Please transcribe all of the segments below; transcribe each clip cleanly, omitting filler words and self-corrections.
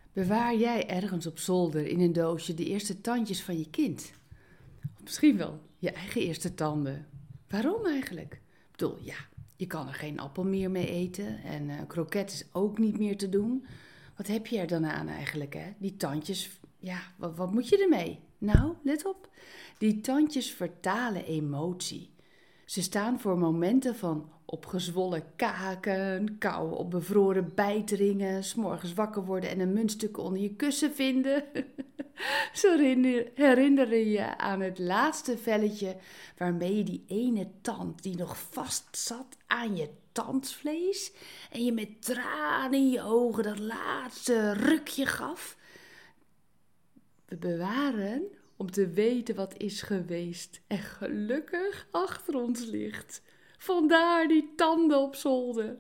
Bewaar jij ergens op zolder in een doosje de eerste tandjes van je kind? Of misschien wel je eigen eerste tanden. Waarom eigenlijk? Ik bedoel, ja, je kan er geen appel meer mee eten en kroket is ook niet meer te doen. Wat heb je er dan aan eigenlijk, hè? Die tandjes, ja, wat moet je ermee? Nou, let op. Die tandjes vertalen emotie. Ze staan voor momenten van opgezwollen kaken, kauwen op bevroren bijteringen, 's morgens wakker worden en een muntstuk onder je kussen vinden. Ze herinneren je aan het laatste velletje waarmee je die ene tand die nog vast zat aan je tandvlees en je met tranen in je ogen dat laatste rukje gaf. We bewaren om te weten wat is geweest en gelukkig achter ons ligt. Vandaar die tanden op zolder.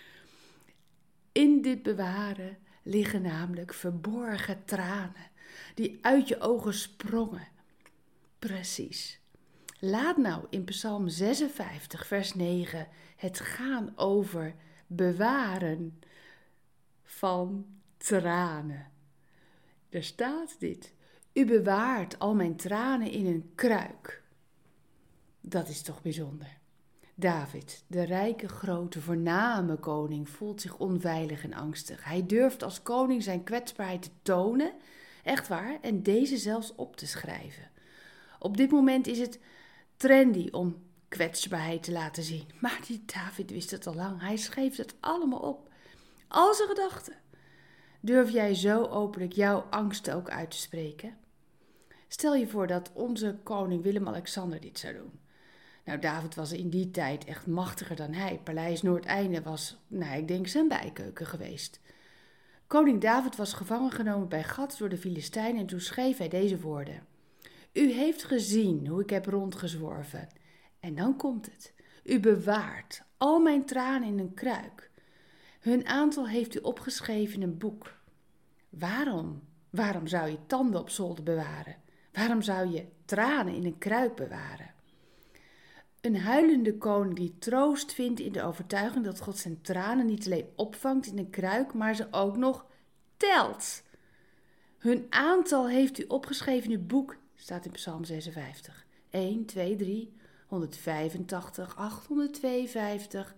In dit bewaren liggen namelijk verborgen tranen die uit je ogen sprongen. Precies. Laat nou in Psalm 56 vers 9 het gaan over bewaren van tranen. Er staat dit. U bewaart al mijn tranen in een kruik. Dat is toch bijzonder. David, de rijke, grote, voorname koning, voelt zich onveilig en angstig. Hij durft als koning zijn kwetsbaarheid te tonen, echt waar, en deze zelfs op te schrijven. Op dit moment is het trendy om kwetsbaarheid te laten zien. Maar die David wist het al lang. Hij schreef het allemaal op. Al zijn gedachten. Durf jij zo openlijk jouw angsten ook uit te spreken? Stel je voor dat onze koning Willem-Alexander dit zou doen. Nou, David was in die tijd echt machtiger dan hij. Paleis Noordeinde was, ik denk zijn bijkeuken geweest. Koning David was gevangen genomen bij Gat door de Filistijnen en toen schreef hij deze woorden. U heeft gezien hoe ik heb rondgezworven. En dan komt het. U bewaart al mijn tranen in een kruik. Hun aantal heeft u opgeschreven in een boek. Waarom? Waarom zou je tanden op zolder bewaren? Waarom zou je tranen in een kruik bewaren? Een huilende koning die troost vindt in de overtuiging dat God zijn tranen niet alleen opvangt in een kruik, maar ze ook nog telt. Hun aantal heeft u opgeschreven in uw boek, staat in Psalm 56. 1, 2, 3, 185, 852,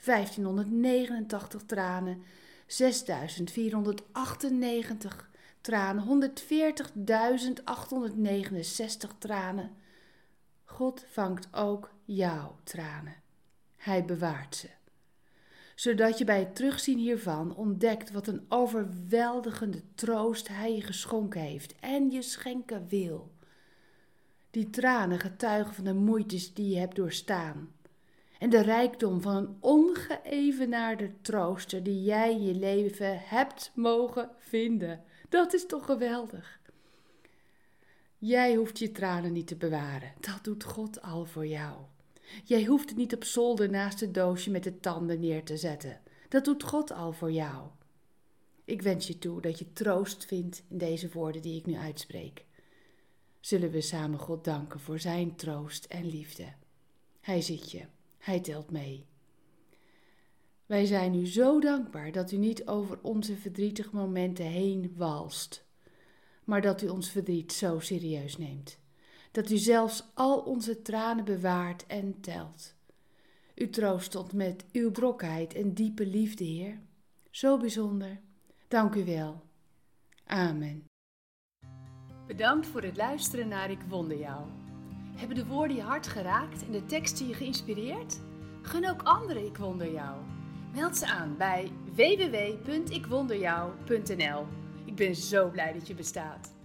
1589 tranen, 6498 tranen, 140.869 tranen. God vangt ook jouw tranen. Hij bewaart ze. Zodat je bij het terugzien hiervan ontdekt wat een overweldigende troost hij je geschonken heeft en je schenken wil. Die tranen getuigen van de moeites die je hebt doorstaan. En de rijkdom van een ongeëvenaarde trooster die jij in je leven hebt mogen vinden. Dat is toch geweldig? Jij hoeft je tranen niet te bewaren. Dat doet God al voor jou. Jij hoeft het niet op zolder naast het doosje met de tanden neer te zetten. Dat doet God al voor jou. Ik wens je toe dat je troost vindt in deze woorden die ik nu uitspreek. Zullen we samen God danken voor zijn troost en liefde. Hij ziet je. Hij telt mee. Wij zijn u zo dankbaar dat u niet over onze verdrietige momenten heen walst, maar dat u ons verdriet zo serieus neemt. Dat u zelfs al onze tranen bewaart en telt. U troost ons met uw brokheid en diepe liefde, Heer. Zo bijzonder. Dank u wel. Amen. Bedankt voor het luisteren naar Ik Wonder Jou. Hebben de woorden je hart geraakt en de teksten je geïnspireerd? Gun ook anderen Ik Wonder Jou. Meld ze aan bij www.ikwonderjou.nl. Ik ben zo blij dat je bestaat.